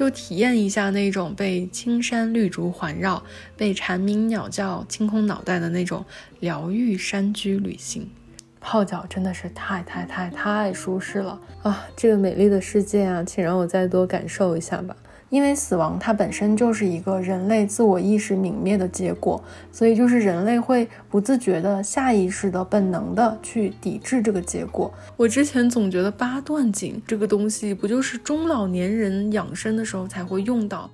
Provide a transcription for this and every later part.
就体验一下那种被青山绿竹环绕，被蝉鸣鸟叫清空脑袋的那种疗愈山居旅行。泡脚真的是太舒适了啊！这个美丽的世界啊，请让我再多感受一下吧。因为死亡它本身就是一个人类自我意识泯灭的结果，所以就是人类会不自觉的、下意识的、本能的去抵制这个结果。我之前总觉得八段锦这个东西不就是中老年人养生的时候才会用到。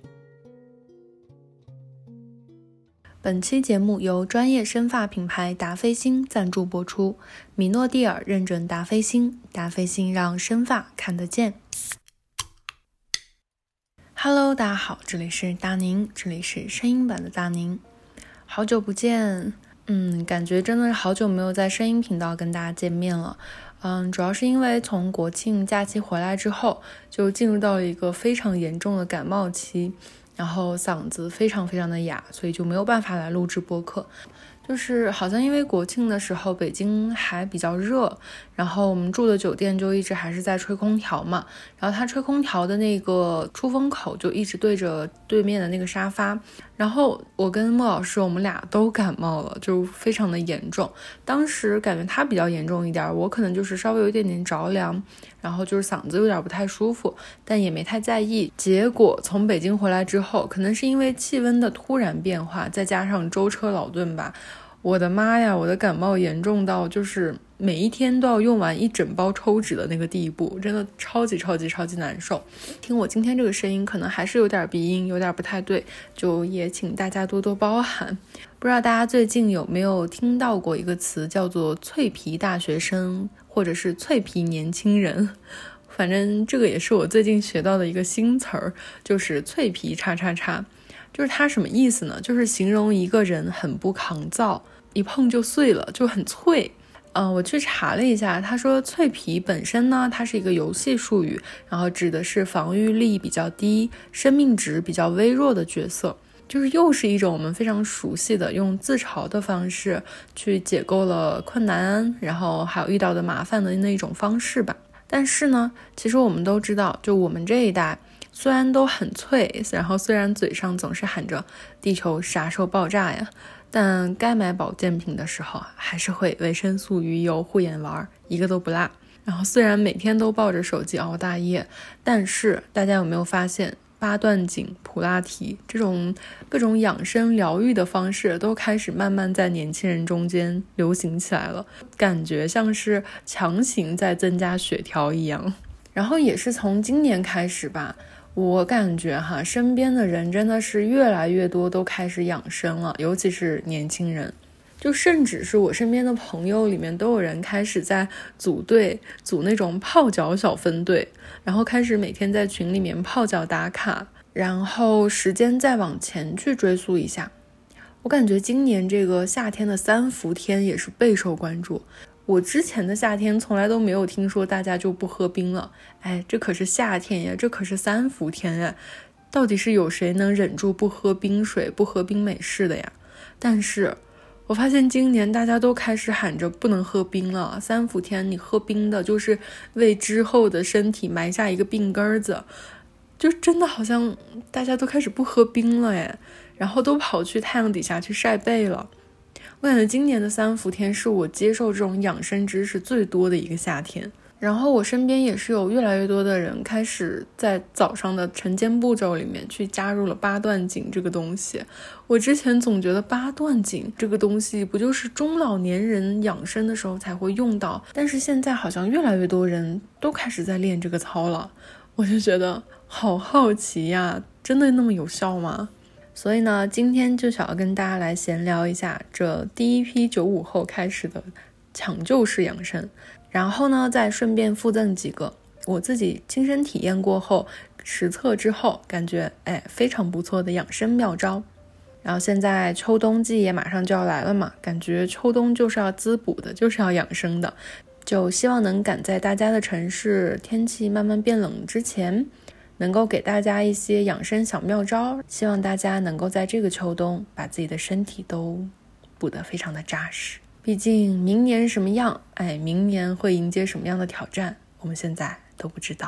本期节目由专业生发品牌达霏欣赞助播出，米诺地尔认准达霏欣，达霏欣让生发看得见。Hello， 大家好，这里是大宁，这里是声音版的大宁。好久不见，感觉真的是好久没有在声音频道跟大家见面了。主要是因为从国庆假期回来之后，就进入到了一个非常严重的感冒期，然后嗓子非常的哑，所以就没有办法来录制播客。就是好像因为国庆的时候北京还比较热，然后我们住的酒店就一直还是在吹空调嘛，然后它吹空调的那个出风口就一直对着对面的那个沙发，然后我跟莫老师我们俩都感冒了，就非常的严重。当时感觉他比较严重一点，我可能就是稍微有一点点着凉，然后就是嗓子有点不太舒服，但也没太在意。结果从北京回来之后，可能是因为气温的突然变化，再加上舟车劳顿吧，我的妈呀，我的感冒严重到就是每一天都要用完一整包抽纸的那个地步，真的超级难受。听我今天这个声音可能还是有点鼻音，有点不太对，就也请大家多多包涵。不知道大家最近有没有听到过一个词叫做脆皮大学生，或者是脆皮年轻人，反正这个也是我最近学到的一个新词儿，就是脆皮叉叉叉。就是它什么意思呢？就是形容一个人很不抗造，一碰就碎了，就很脆。我去查了一下，他说脆皮本身呢，它是一个游戏术语，然后指的是防御力比较低、生命值比较微弱的角色。就是又是一种我们非常熟悉的用自嘲的方式去解构了困难，然后还有遇到的麻烦的那种方式吧。但是呢，其实我们都知道，就我们这一代虽然都很脆，然后虽然嘴上总是喊着地球啥时候爆炸呀，但该买保健品的时候还是会维生素、鱼油、护眼丸一个都不落。然后虽然每天都抱着手机熬大夜，但是大家有没有发现八段锦、普拉提这种各种养生疗愈的方式都开始慢慢在年轻人中间流行起来了，感觉像是强行在增加血条一样。然后也是从今年开始吧，我感觉身边的人真的是越来越多都开始养生了，尤其是年轻人。就甚至是我身边的朋友里面都有人开始在组队，组那种泡脚小分队，然后开始每天在群里面泡脚打卡，然后时间再往前去追溯一下，我感觉今年这个夏天的3伏天也是备受关注。我之前的夏天从来都没有听说大家就不喝冰了，这可是夏天呀，这可是3伏天呀，到底是有谁能忍住不喝冰水、不喝冰美式的呀？但是我发现今年大家都开始喊着不能喝冰了，3伏天你喝冰的就是为之后的身体埋下一个病根子，就真的好像大家都开始不喝冰了耶，然后都跑去太阳底下去晒背了。我感觉今年的3伏天是我接受这种养生知识最多的一个夏天。然后我身边也是有越来越多的人开始在早上的晨间步骤里面去加入了八段锦这个东西。我之前总觉得八段锦这个东西不就是中老年人养生的时候才会用到，但是现在好像越来越多人都开始在练这个操了，我就觉得好好奇呀，真的那么有效吗？所以呢，今天就想要跟大家来闲聊一下这第一批95后开始的抢救式养生，然后呢再顺便附赠几个我自己亲身体验过后实测之后感觉非常不错的养生妙招。然后现在秋冬季也马上就要来了嘛，感觉秋冬就是要滋补的，就是要养生的，就希望能赶在大家的城市天气慢慢变冷之前，能够给大家一些养生小妙招，希望大家能够在这个秋冬把自己的身体都补得非常的扎实。毕竟明年什么样，明年会迎接什么样的挑战，我们现在都不知道。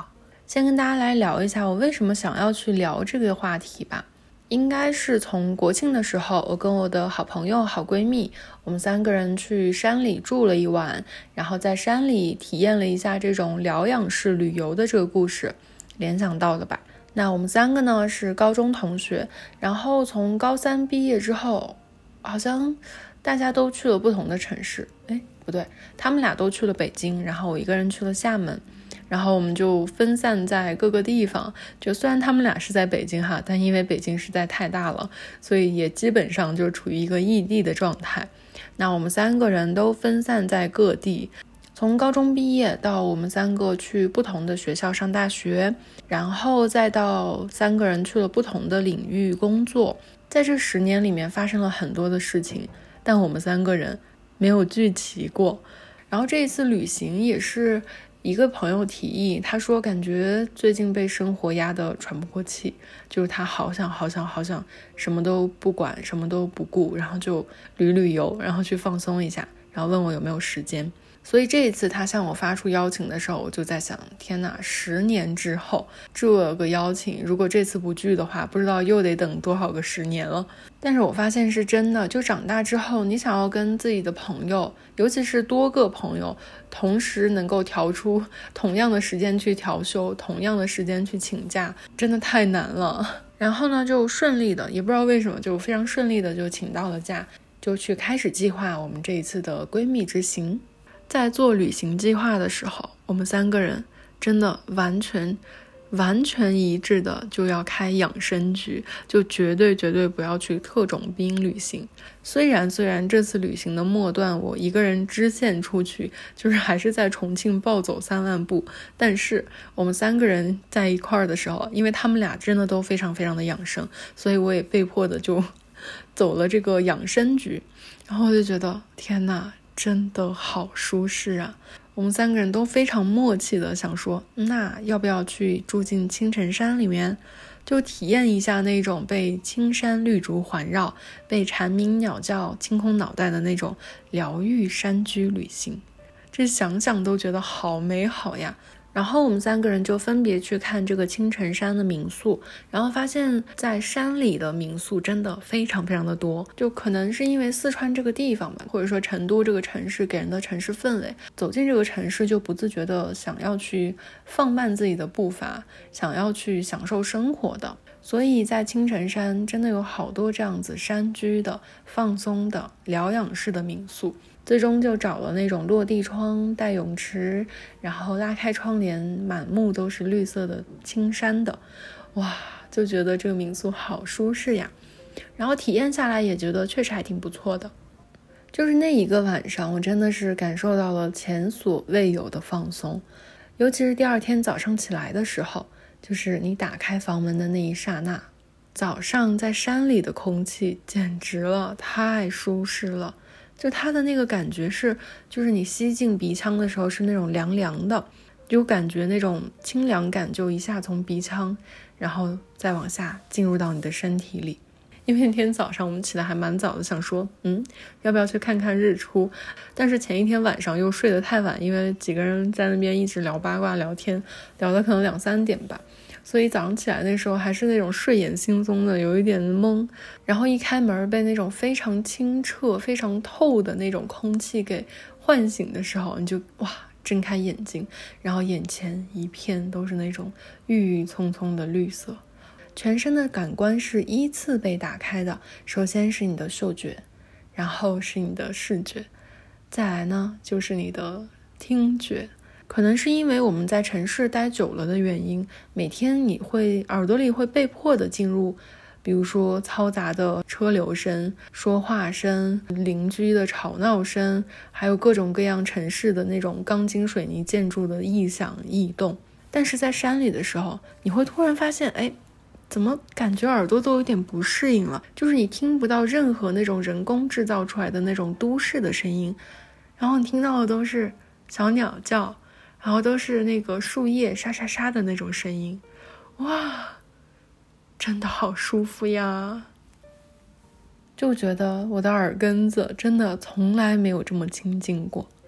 先跟大家来聊一下我为什么想要去聊这个话题吧。应该是从国庆的时候，我跟我的好朋友、好闺蜜，我们3个人去山里住了一晚，然后在山里体验了一下这种疗养式旅游的这个故事，联想到的吧。那我们3个呢是高中同学，然后从高3毕业之后，好像大家都去了不同的城市。不对，他们俩都去了北京，然后我一个人去了厦门。然后我们就分散在各个地方，就虽然他们俩是在北京哈，但因为北京实在太大了，所以也基本上就处于一个异地的状态。那我们3个人都分散在各地，从高中毕业到我们3个去不同的学校上大学，然后再到3个人去了不同的领域工作。在这10年里面发生了很多的事情，但我们3个人没有聚齐过。然后这一次旅行也是一个朋友提议，他说感觉最近被生活压得喘不过气，就是他好想什么都不管，什么都不顾，然后就旅游，然后去放松一下，然后问我有没有时间。所以这一次他向我发出邀请的时候，我就在想，天哪，10年之后这个邀请，如果这次不聚的话，不知道又得等多少个10年了。但是我发现是真的，就长大之后，你想要跟自己的朋友，尤其是多个朋友同时能够调出同样的时间去调休，同样的时间去请假，真的太难了。然后呢，就顺利的，也不知道为什么，就非常顺利的就请到了假，就去开始计划我们这一次的闺蜜之行。在做旅行计划的时候，我们3个人真的完全一致的就要开养生局，就绝对不要去特种兵旅行。虽然这次旅行的末段我一个人支线出去，就是还是在重庆暴走3万步，但是我们3个人在一块儿的时候，因为他们俩真的都非常的养生，所以我也被迫的就走了这个养生局。然后我就觉得天哪，真的好舒适啊！我们3个人都非常默契的想说，那要不要去住进青城山里面，就体验一下那种被青山绿竹环绕，被蝉鸣鸟叫清空脑袋的那种疗愈山居旅行。这想想都觉得好美好呀。然后我们3个人就分别去看这个青城山的民宿，然后发现在山里的民宿真的非常的多，就可能是因为四川这个地方吧，或者说成都这个城市给人的城市氛围，走进这个城市就不自觉的想要去放慢自己的步伐，想要去享受生活的。所以在青城山真的有好多这样子山居的、放松的、疗养式的民宿。最终就找了那种落地窗带泳池，然后拉开窗帘满目都是绿色的青山的，哇，就觉得这个民宿好舒适呀。然后体验下来也觉得确实还挺不错的。就是那一个晚上，我真的是感受到了前所未有的放松，尤其是第2天早上起来的时候，就是你打开房门的那一刹那，早上在山里的空气简直了，太舒适了。就它的那个感觉是，就是你吸进鼻腔的时候是那种凉凉的，就感觉那种清凉感就一下从鼻腔，然后再往下进入到你的身体里。因为那天早上我们起来还蛮早的，想说要不要去看看日出，但是前一天晚上又睡得太晚，因为几个人在那边一直聊八卦聊天，聊到可能2、3点吧，所以早上起来那时候还是那种睡眼惺忪的，有一点懵。然后一开门被那种非常清澈非常透的那种空气给唤醒的时候，你就哇睁开眼睛，然后眼前一片都是那种郁郁葱葱的绿色，全身的感官是依次被打开的。首先是你的嗅觉，然后是你的视觉，再来呢就是你的听觉。可能是因为我们在城市待久了的原因，每天你会耳朵里会被迫的进入，比如说嘈杂的车流声、说话声、邻居的吵闹声，还有各种各样城市的那种钢筋水泥建筑的异响异动。但是在山里的时候，你会突然发现，怎么感觉耳朵都有点不适应了，就是你听不到任何那种人工制造出来的那种都市的声音，然后你听到的都是小鸟叫，然后都是那个树叶沙沙沙的那种声音，哇，真的好舒服呀！就觉得我的耳根子真的从来没有这么清静过。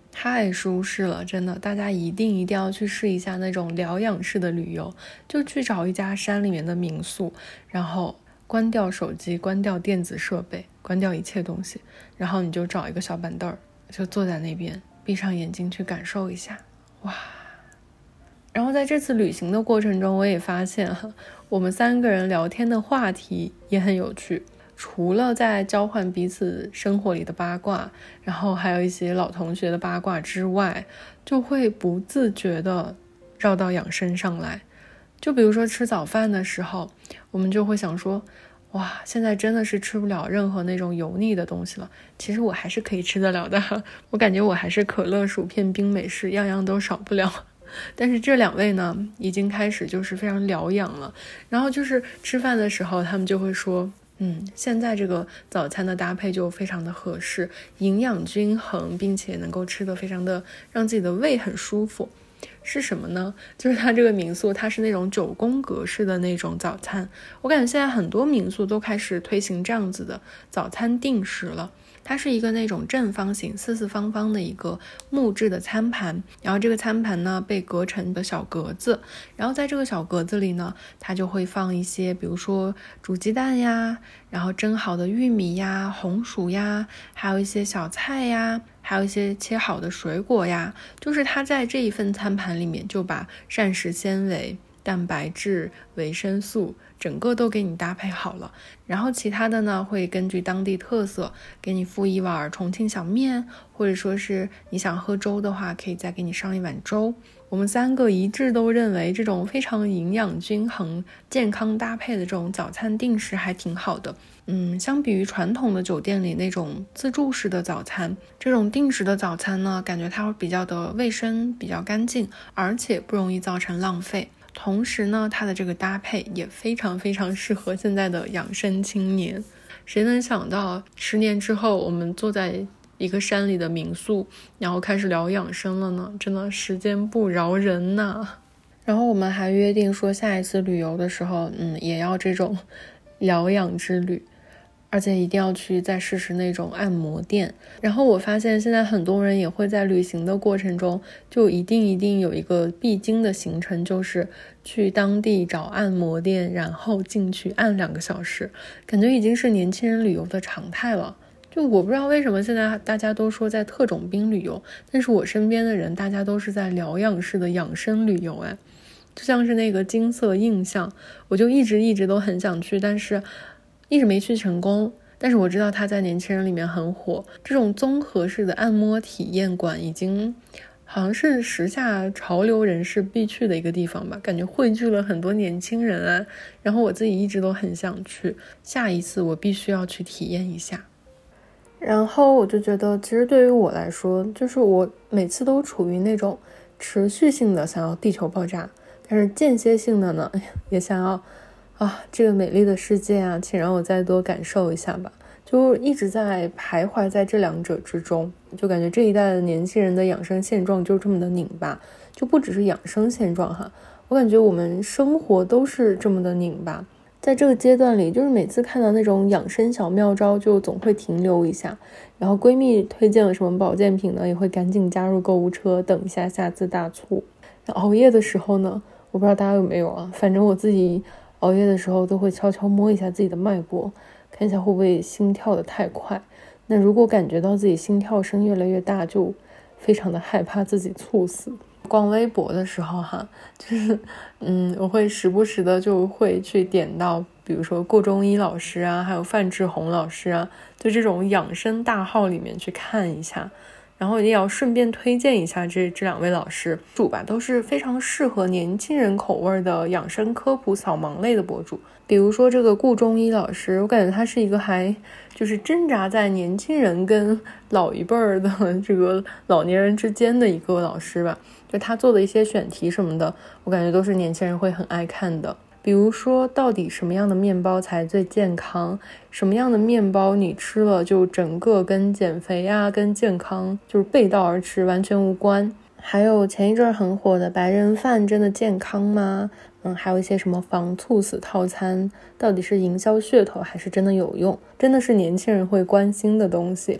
太舒适了，真的，大家一定要去试一下那种疗养式的旅游，就去找一家山里面的民宿，然后关掉手机，关掉电子设备，关掉一切东西，然后你就找一个小板凳，就坐在那边，闭上眼睛去感受一下，哇！然后在这次旅行的过程中，我也发现我们3个人聊天的话题也很有趣，除了在交换彼此生活里的八卦，然后还有一些老同学的八卦之外，就会不自觉的绕到养生上来。就比如说吃早饭的时候，我们就会想说，哇，现在真的是吃不了任何那种油腻的东西了，其实我还是可以吃得了的，我感觉我还是可乐、薯片、冰美式样样都少不了。但是这2位呢，已经开始就是非常疗养了，然后就是吃饭的时候他们就会说，现在这个早餐的搭配就非常的合适，营养均衡，并且能够吃得非常的让自己的胃很舒服。是什么呢？就是它这个民宿，它是那种9宫格式的那种早餐，我感觉现在很多民宿都开始推行这样子的早餐定时了。它是一个那种正方形四四方方的一个木质的餐盘，然后这个餐盘呢被隔成的小格子，然后在这个小格子里呢，它就会放一些比如说煮鸡蛋呀，然后蒸好的玉米呀、红薯呀，还有一些小菜呀，还有一些切好的水果呀，就是它在这一份餐盘里面就把膳食纤维、蛋白质、维生素整个都给你搭配好了，然后其他的呢会根据当地特色给你附一碗重庆小面，或者说是你想喝粥的话，可以再给你上一碗粥。我们3个一致都认为这种非常营养均衡、健康搭配的这种早餐定时还挺好的。相比于传统的酒店里那种自助式的早餐，这种定时的早餐呢，感觉它会比较的卫生、比较干净，而且不容易造成浪费。同时呢，它的这个搭配也非常非常适合现在的养生青年。谁能想到10年之后，我们坐在一个山里的民宿，然后开始聊养生了呢？真的时间不饶人呐。然后我们还约定说，下一次旅游的时候，也要这种疗养之旅。而且一定要去再试试那种按摩店。然后我发现现在很多人也会在旅行的过程中，就一定有一个必经的行程，就是去当地找按摩店，然后进去按2个小时，感觉已经是年轻人旅游的常态了。就我不知道为什么现在大家都说在特种兵旅游，但是我身边的人大家都是在疗养式的养生旅游。就像是那个金色印象，我就一直都很想去，但是一直没去成功。但是我知道它在年轻人里面很火，这种综合式的按摩体验馆已经好像是时下潮流人士必去的一个地方吧，感觉汇聚了很多年轻人然后我自己一直都很想去，下一次我必须要去体验一下。然后我就觉得其实对于我来说，就是我每次都处于那种持续性的想要地球爆炸，但是间歇性的呢也想要这个美丽的世界请让我再多感受一下吧。就一直在徘徊在这2者之中，就感觉这一代的年轻人的养生现状就这么的拧巴，就不只是养生现状我感觉我们生活都是这么的拧巴。在这个阶段里，就是每次看到那种养生小妙招就总会停留一下，然后闺蜜推荐了什么保健品呢，也会赶紧加入购物车，等一下下次大促。熬夜的时候呢，我不知道大家有没有反正我自己熬夜的时候都会悄悄摸一下自己的脉搏，看一下会不会心跳的太快。那如果感觉到自己心跳声越来越大，就非常的害怕自己猝死。逛微博的时候就是我会时不时的就会去点到比如说顾中医老师还有范志红老师就这种养生大号里面去看一下，然后也要顺便推荐一下这2位老师主吧，都是非常适合年轻人口味的养生科普扫盲类的博主。比如说这个顾中医老师，我感觉他是一个还就是挣扎在年轻人跟老一辈儿的这个老年人之间的一个老师吧，就他做的一些选题什么的，我感觉都是年轻人会很爱看的。比如说到底什么样的面包才最健康，什么样的面包你吃了就整个跟减肥跟健康就是背道而驰，完全无关。还有前一阵很火的白人饭真的健康吗？还有一些什么防猝死套餐，到底是营销噱头还是真的有用，真的是年轻人会关心的东西。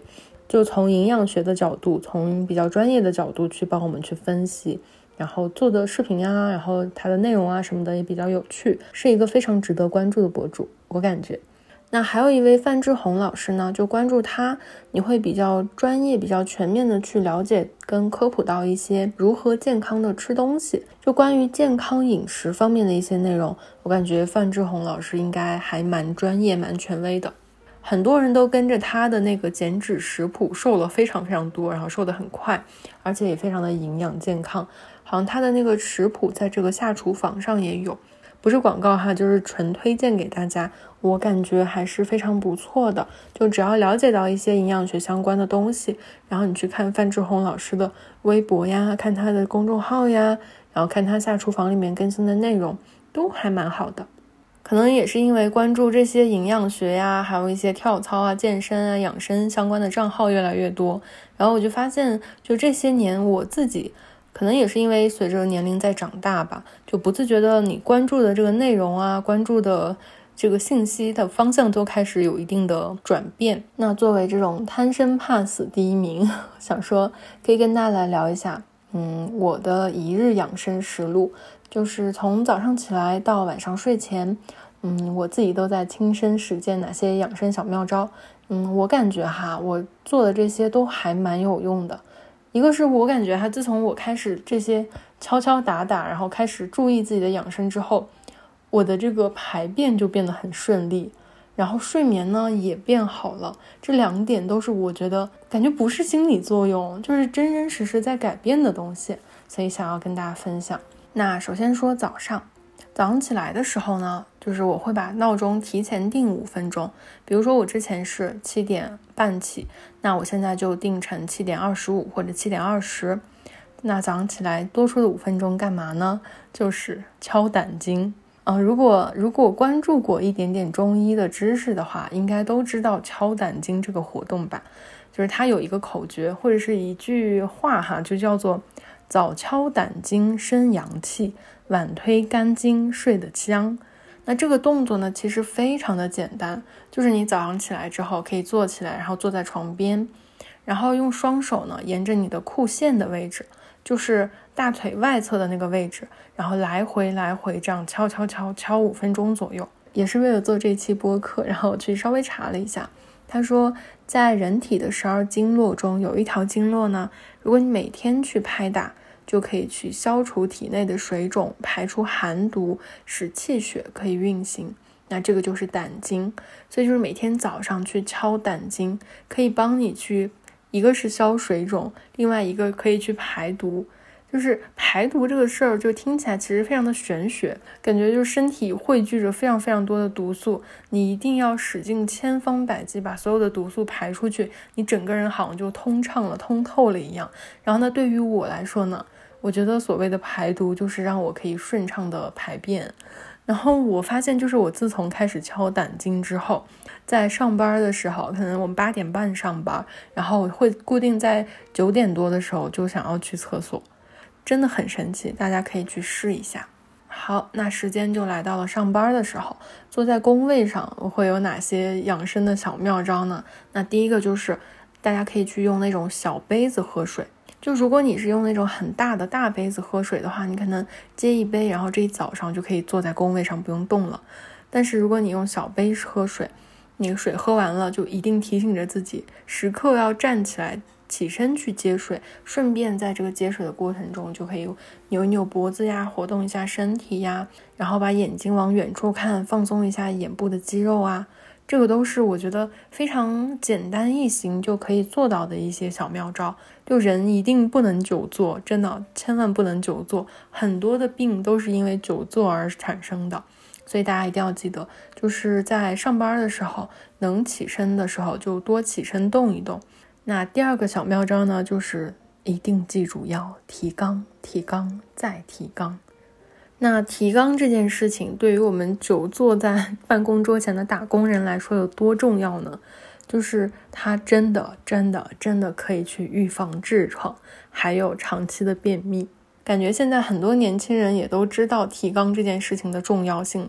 就从营养学的角度，从比较专业的角度去帮我们去分析，然后做的视频啊，然后它的内容啊什么的也比较有趣，是一个非常值得关注的博主，我感觉。那还有一位范志红老师呢，就关注他，你会比较专业比较全面的去了解跟科普到一些如何健康的吃东西，就关于健康饮食方面的一些内容，我感觉范志红老师应该还蛮专业蛮权威的。很多人都跟着他的那个减脂食谱瘦了非常非常多，然后瘦得很快，而且也非常的营养健康。好像他的那个食谱在这个下厨房上也有，不是广告哈，就是纯推荐给大家，我感觉还是非常不错的。就只要了解到一些营养学相关的东西，然后你去看范志红老师的微博呀，看他的公众号呀，然后看他下厨房里面更新的内容，都还蛮好的。可能也是因为关注这些营养学呀，还有一些跳操啊、健身啊、养生相关的账号越来越多，然后我就发现，就这些年我自己可能也是因为随着年龄在长大吧，就不自觉的你关注的这个内容啊，关注的这个信息的方向都开始有一定的转变。那作为这种贪生怕死第一名，想说可以跟大家来聊一下我的一日养生实录，就是从早上起来到晚上睡前，我自己都在亲身实践哪些养生小妙招。我感觉我做的这些都还蛮有用的。一个是我感觉自从我开始这些敲敲打打，然后开始注意自己的养生之后，我的这个排便就变得很顺利，然后睡眠呢也变好了。这2点都是我觉得感觉不是心理作用，就是真真实实在改变的东西，所以想要跟大家分享。那首先说早上起来的时候呢，就是我会把闹钟提前定5分钟，比如说我之前是7点半起，那我现在就定成7点25或者7点20。那早上起来多出的5分钟干嘛呢？就是敲胆经。如果关注过一点点中医的知识的话，应该都知道敲胆经这个活动吧，就是它有一个口诀或者是一句话就叫做早敲胆经生阳气，晚推肝经睡得香。那这个动作呢，其实非常的简单，就是你早上起来之后可以坐起来，然后坐在床边，然后用双手呢沿着你的裤线的位置，就是大腿外侧的那个位置，然后来回这样敲5分钟左右。也是为了做这期播客，然后我去稍微查了一下，他说在人体的12经络中有一条经络呢，如果你每天去拍打，就可以去消除体内的水肿，排出寒毒，使气血可以运行。那这个就是胆经，所以就是每天早上去敲胆经，可以帮你去，一个是消水肿，另外一个可以去排毒。就是排毒这个事儿，就听起来其实非常的玄学，感觉就是身体汇聚着非常非常多的毒素，你一定要使尽千方百计把所有的毒素排出去，你整个人好像就通畅了、通透了一样。然后呢，对于我来说呢，我觉得所谓的排毒就是让我可以顺畅的排便。然后我发现，就是我自从开始敲胆经之后，在上班的时候，可能我们8点半上班，然后会固定在9点多的时候就想要去厕所，真的很神奇，大家可以去试一下。好，那时间就来到了上班的时候，坐在工位上我会有哪些养生的小妙招呢？那第一个就是大家可以去用那种小杯子喝水，就如果你是用那种很大的大杯子喝水的话，你可能接一杯，然后这一早上就可以坐在工位上不用动了。但是如果你用小杯喝水，你水喝完了就一定提醒着自己时刻要站起来起身去接水，顺便在这个接水的过程中就可以扭一扭脖子呀，活动一下身体呀，然后把眼睛往远处看，放松一下眼部的肌肉啊。这个都是我觉得非常简单易行就可以做到的一些小妙招。就人一定不能久坐，真的千万不能久坐，很多的病都是因为久坐而产生的。所以大家一定要记得，就是在上班的时候能起身的时候就多起身动一动。那第二个小妙招呢，就是一定记住要提肛，提肛再提肛。那提肛这件事情对于我们久坐在办公桌前的打工人来说有多重要呢？就是它真的可以去预防痔疮，还有长期的便秘。感觉现在很多年轻人也都知道提肛这件事情的重要性，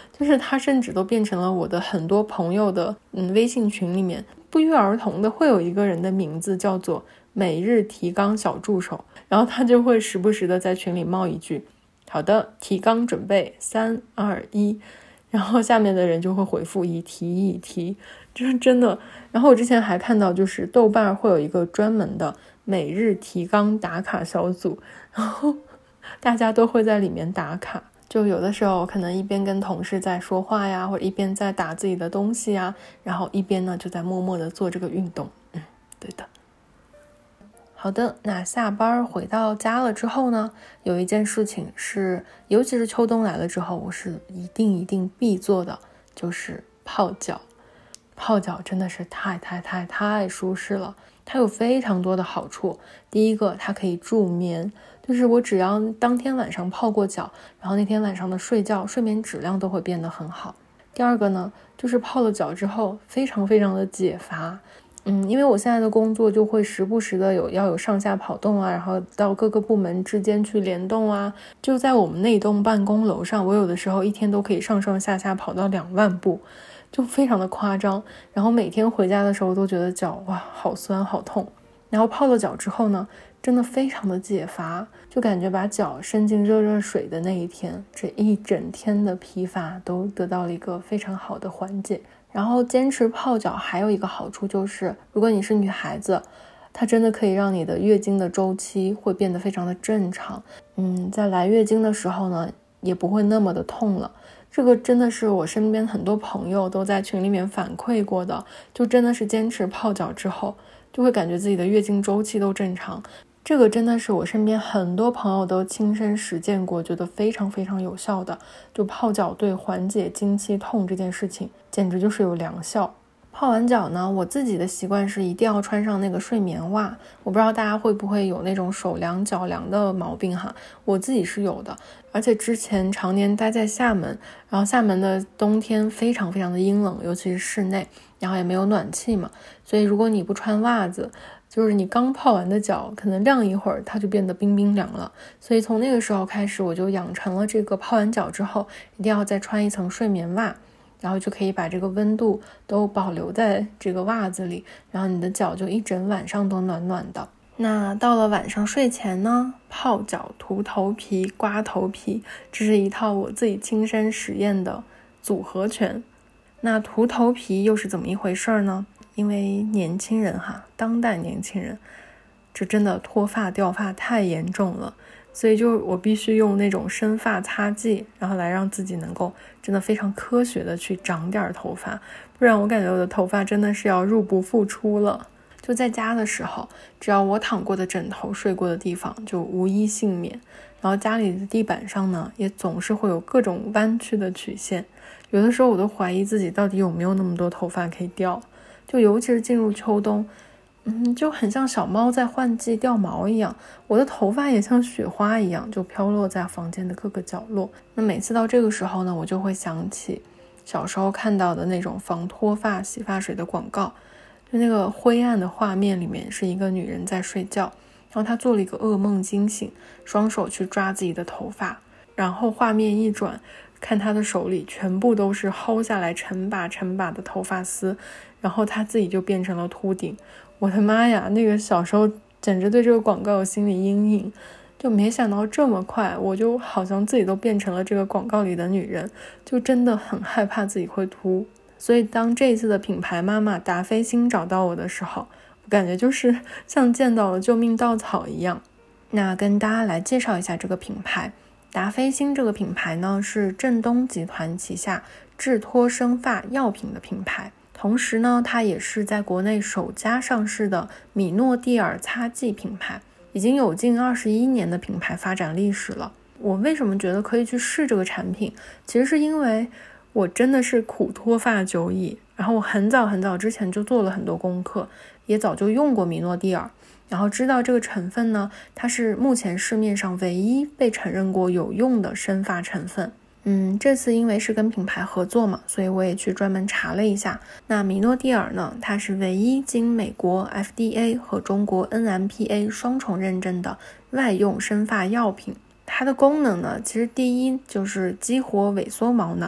就是它甚至都变成了我的很多朋友的微信群里面不约而同的会有一个人的名字叫做每日提纲小助手，然后他就会时不时的在群里冒一句好的，提纲准备3、2、1，然后下面的人就会回复一题，就是真的。然后我之前还看到，就是豆瓣会有一个专门的每日提纲打卡小组，然后大家都会在里面打卡。就有的时候可能一边跟同事在说话呀，或者一边在打自己的东西呀，然后一边呢就在默默的做这个运动。对的。好的，那下班回到家了之后呢，有一件事情是，尤其是秋冬来了之后，我是一定必做的，就是泡脚。泡脚真的是太舒适了，它有非常多的好处。第一个，它可以助眠，就是我只要当天晚上泡过脚，然后那天晚上的睡眠质量都会变得很好。第二个呢，就是泡了脚之后非常的解乏。因为我现在的工作就会时不时的要有上下跑动啊，然后到各个部门之间去联动啊。就在我们那栋办公楼上，我有的时候一天都可以上下跑到2万步，就非常的夸张。然后每天回家的时候都觉得脚哇好酸好痛。然后泡了脚之后呢，真的非常的解乏，就感觉把脚伸进热水的那一天，这一整天的疲乏都得到了一个非常好的缓解。然后坚持泡脚还有一个好处就是，如果你是女孩子，它真的可以让你的月经的周期会变得非常的正常。在来月经的时候呢，也不会那么的痛了。这个真的是我身边很多朋友都在群里面反馈过的，就真的是坚持泡脚之后，就会感觉自己的月经周期都正常。这个真的是我身边很多朋友都亲身实践过，觉得非常有效的。就泡脚对缓解经期痛这件事情简直就是有良效。泡完脚呢，我自己的习惯是一定要穿上那个睡眠袜。我不知道大家会不会有那种手凉脚凉的毛病哈，我自己是有的。而且之前常年待在厦门，然后厦门的冬天非常的阴冷，尤其是室内，然后也没有暖气嘛，所以如果你不穿袜子，就是你刚泡完的脚可能晾一会儿它就变得冰凉了。所以从那个时候开始，我就养成了这个泡完脚之后一定要再穿一层睡眠袜，然后就可以把这个温度都保留在这个袜子里，然后你的脚就一整晚上都暖暖的。那到了晚上睡前呢，泡脚、涂头皮、刮头皮，这是一套我自己亲身实验的组合拳。那涂头皮又是怎么一回事呢？因为年轻人当代年轻人这真的脱发掉发太严重了，所以就我必须用那种生发擦剂，然后来让自己能够真的非常科学的去长点头发，不然我感觉我的头发真的是要入不敷出了。就在家的时候，只要我躺过的枕头、睡过的地方就无一幸免，然后家里的地板上呢也总是会有各种弯曲的曲线，有的时候我都怀疑自己到底有没有那么多头发可以掉。就尤其是进入秋冬，就很像小猫在换季掉毛一样，我的头发也像雪花一样就飘落在房间的各个角落。那每次到这个时候呢，我就会想起小时候看到的那种防脱发洗发水的广告，就那个灰暗的画面里面是一个女人在睡觉，然后她做了一个噩梦惊醒，双手去抓自己的头发，然后画面一转，看她的手里全部都是薅下来成把的头发丝，然后她自己就变成了秃顶。我的妈呀，那个小时候简直对这个广告有心理阴影，就没想到这么快我就好像自己都变成了这个广告里的女人，就真的很害怕自己会秃。所以当这一次的品牌妈妈达霏欣找到我的时候，我感觉就是像见到了救命稻草一样。那跟大家来介绍一下这个品牌。达霏欣这个品牌呢，是正东集团旗下治脱生发药品的品牌，同时呢它也是在国内首家上市的米诺地尔擦剂品牌，已经有近21年的品牌发展历史了。我为什么觉得可以去试这个产品，其实是因为我真的是苦脱发久矣，然后我很早之前就做了很多功课，也早就用过米诺地尔，然后知道这个成分呢，它是目前市面上唯一被承认过有用的生发成分。这次因为是跟品牌合作嘛，所以我也去专门查了一下。那米诺地尔呢，它是唯一经美国 FDA 和中国 NMPA 双重认证的外用生发药品。它的功能呢，其实第一就是激活萎缩毛囊，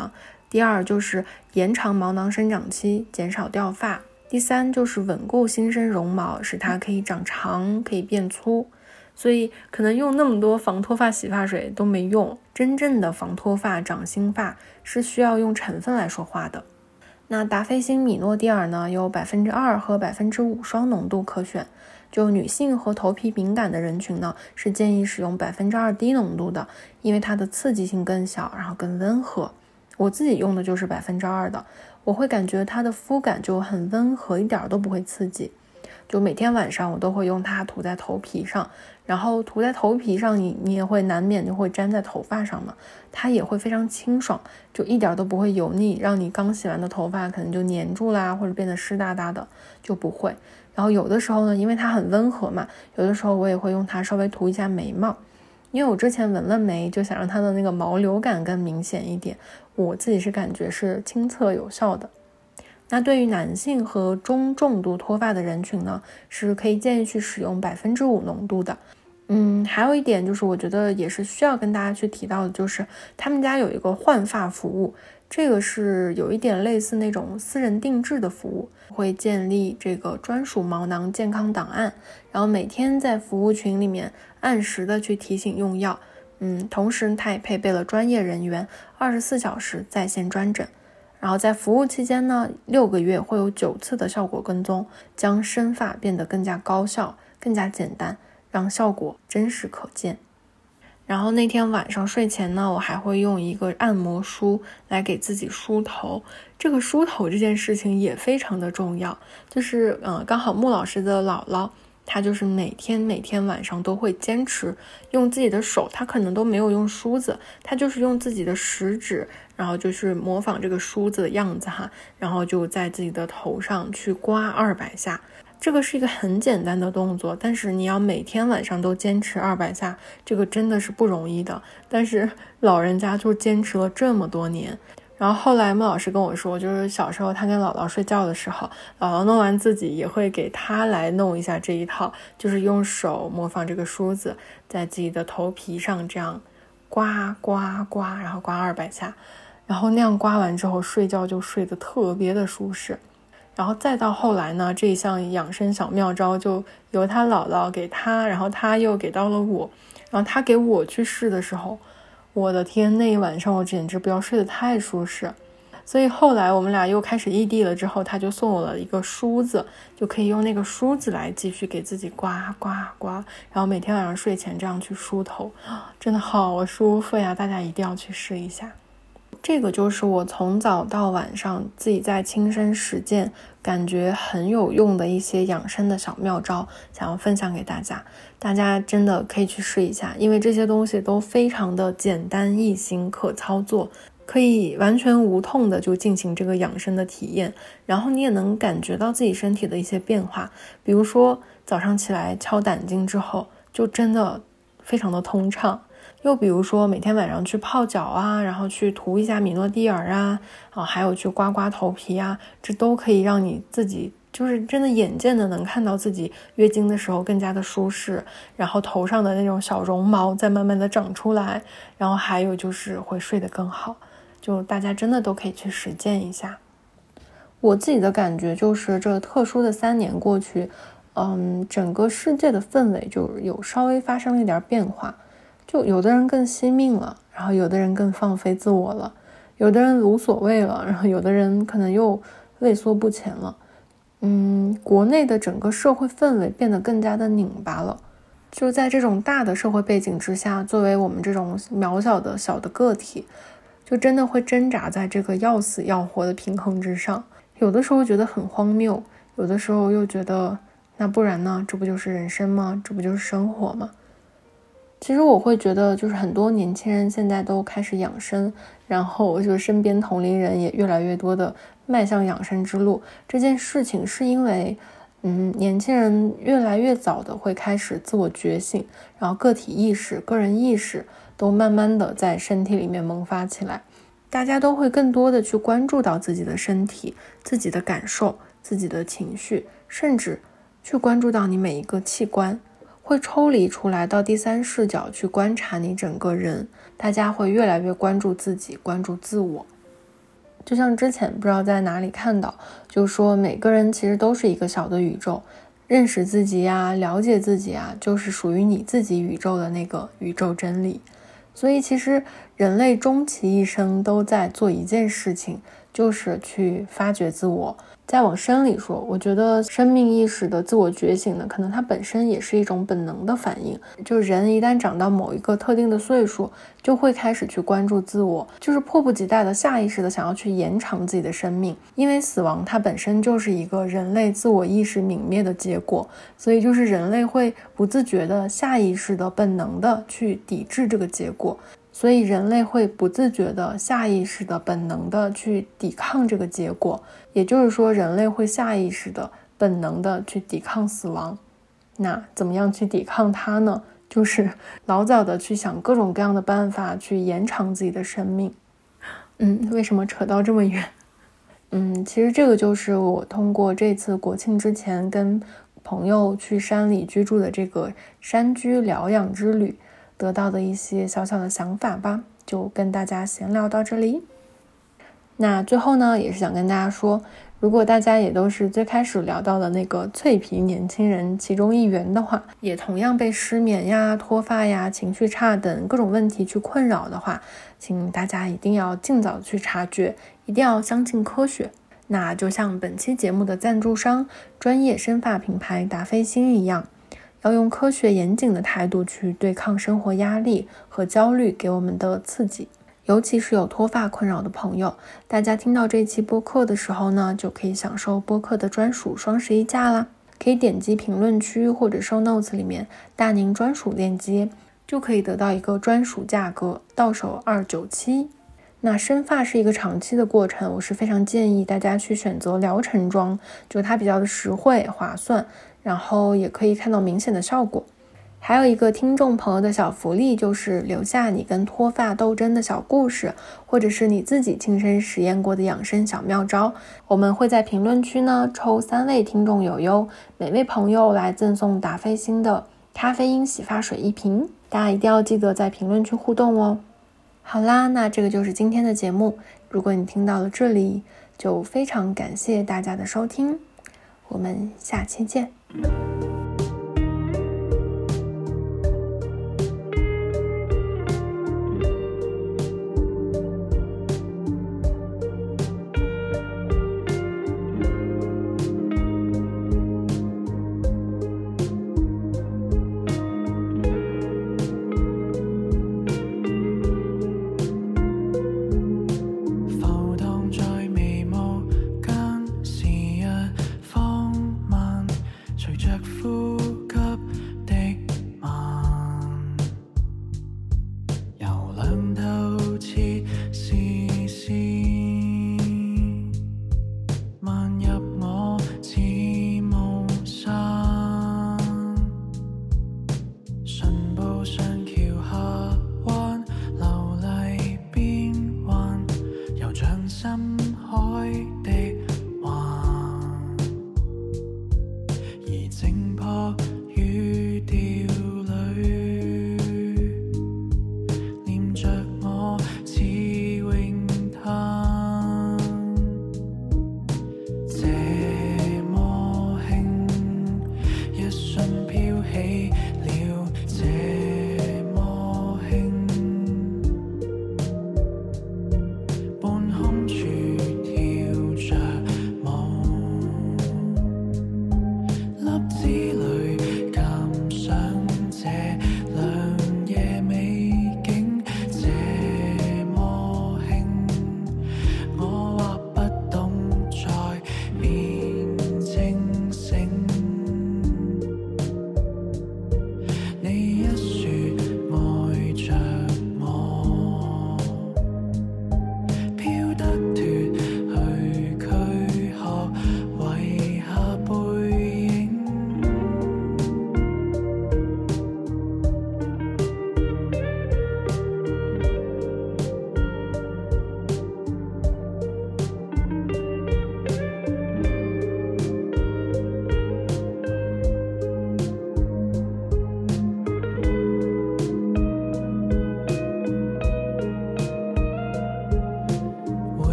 第二就是延长毛囊生长期，减少掉发。第三就是稳固新生绒毛，使它可以长长，可以变粗。所以可能用那么多防脱发洗发水都没用，真正的防脱发长新发是需要用成分来说话的。那达霏欣米诺地尔呢，有 2% 和 5% 双浓度可选，就女性和头皮敏感的人群呢，是建议使用 2% 低浓度的，因为它的刺激性更小，然后更温和。我自己用的就是 2% 的，我会感觉它的肤感就很温和，一点都不会刺激。就每天晚上我都会用它涂在头皮上，然后涂在头皮上你也会难免就会粘在头发上嘛，它也会非常清爽，就一点都不会油腻，让你刚洗完的头发可能就粘住啦，或者变得湿哒哒的，就不会。然后有的时候呢，因为它很温和嘛，有的时候我也会用它稍微涂一下眉毛，因为我之前纹了眉，就想让它的那个毛流感更明显一点，我自己是感觉是亲测有效的。那对于男性和中重度脱发的人群呢，是可以建议去使用 5% 浓度的。还有一点就是我觉得也是需要跟大家去提到的，就是他们家有一个换发服务，这个是有一点类似那种私人定制的服务，会建立这个专属毛囊健康档案，然后每天在服务群里面按时的去提醒用药。同时它也配备了专业人员24小时在线专诊。然后在服务期间呢，6个月会有9次的效果跟踪，将生发变得更加高效，更加简单，让效果真实可见。然后那天晚上睡前呢，我还会用一个按摩梳来给自己梳头。这个梳头这件事情也非常的重要，就是刚好穆老师的姥姥，她就是每天晚上都会坚持用自己的手，她可能都没有用梳子，她就是用自己的食指，然后就是模仿这个梳子的样子哈，然后就在自己的头上去刮200下。这个是一个很简单的动作，但是你要每天晚上都坚持200下，这个真的是不容易的。但是老人家就坚持了这么多年。然后后来穆老师跟我说，就是小时候他跟姥姥睡觉的时候，姥姥弄完自己也会给他来弄一下这一套，就是用手模仿这个梳子，在自己的头皮上这样刮刮刮，然后刮200下，然后那样刮完之后睡觉就睡得特别的舒适。然后再到后来呢，这一项养生小妙招就由他姥姥给他，然后他又给到了我，然后他给我去试的时候，我的天，那一晚上我简直不要睡得太舒适。所以后来我们俩又开始异地了之后，他就送我了一个梳子，就可以用那个梳子来继续给自己刮刮刮，然后每天晚上睡前这样去梳头，真的好舒服呀，大家一定要去试一下。这个就是我从早到晚上自己在亲身实践感觉很有用的一些养生的小妙招，想要分享给大家，大家真的可以去试一下，因为这些东西都非常的简单易行，可操作，可以完全无痛的就进行这个养生的体验，然后你也能感觉到自己身体的一些变化，比如说早上起来敲胆经之后就真的非常的通畅，又比如说每天晚上去泡脚啊，然后去涂一下米诺地尔啊，还有去刮刮头皮啊，这都可以让你自己就是真的眼见的能看到自己月经的时候更加的舒适，然后头上的那种小绒毛在慢慢的长出来，然后还有就是会睡得更好，就大家真的都可以去实践一下。我自己的感觉就是这特殊的3年过去，整个世界的氛围就有稍微发生了一点变化，就有的人更惜命了，然后有的人更放飞自我了，有的人无所谓了，然后有的人可能又畏缩不前了。国内的整个社会氛围变得更加的拧巴了。就在这种大的社会背景之下，作为我们这种渺小的小的个体，就真的会挣扎在这个要死要活的平衡之上。有的时候觉得很荒谬，有的时候又觉得那不然呢？这不就是人生吗？这不就是生活吗？其实我会觉得就是很多年轻人现在都开始养生，然后就身边同龄人也越来越多的迈向养生之路，这件事情是因为年轻人越来越早的会开始自我觉醒，然后个体意识、个人意识都慢慢的在身体里面萌发起来，大家都会更多的去关注到自己的身体、自己的感受、自己的情绪，甚至去关注到你每一个器官，会抽离出来到第三视角去观察你整个人，大家会越来越关注自己，关注自我。 就像之前不知道在哪里看到，就说每个人其实都是一个小的宇宙，认识自己呀，了解自己啊，就是属于你自己宇宙的那个宇宙真理。所以其实人类终其一生都在做一件事情，就是去发掘自我。再往深里说，我觉得生命意识的自我觉醒呢，可能它本身也是一种本能的反应。就是人一旦长到某一个特定的岁数，就会开始去关注自我，就是迫不及待的下意识的想要去延长自己的生命。因为死亡它本身就是一个人类自我意识泯灭的结果，所以就是人类会不自觉的下意识的本能的去抵制这个结果。所以人类会不自觉的下意识的本能的去抵抗这个结果，也就是说人类会下意识的本能的去抵抗死亡。那怎么样去抵抗它呢？就是老早的去想各种各样的办法去延长自己的生命。为什么扯到这么远？其实这个就是我通过这次国庆之前跟朋友去山里居住的这个山居疗养之旅得到的一些小小的想法吧，就跟大家闲聊到这里。那最后呢，也是想跟大家说，如果大家也都是最开始聊到的那个脆皮年轻人其中一员的话，也同样被失眠呀、脱发呀、情绪差等各种问题去困扰的话，请大家一定要尽早去察觉，一定要相信科学。那就像本期节目的赞助商专业生发品牌达霏欣一样，要用科学严谨的态度去对抗生活压力和焦虑给我们的刺激。尤其是有脱发困扰的朋友，大家听到这期播客的时候呢，就可以享受播客的专属双11价啦。可以点击评论区或者 show notes 里面大宁专属链接，就可以得到一个专属价格，到手297。那生发是一个长期的过程，我是非常建议大家去选择疗程装，就它比较的实惠划算，然后也可以看到明显的效果。还有一个听众朋友的小福利，就是留下你跟脱发斗争的小故事，或者是你自己亲身实验过的养生小妙招，我们会在评论区呢抽3位听众有优，每位朋友来赠送达霏欣的咖啡因洗发水1瓶，大家一定要记得在评论区互动哦。好啦，那这个就是今天的节目，如果你听到了这里，就非常感谢大家的收听，我们下期见。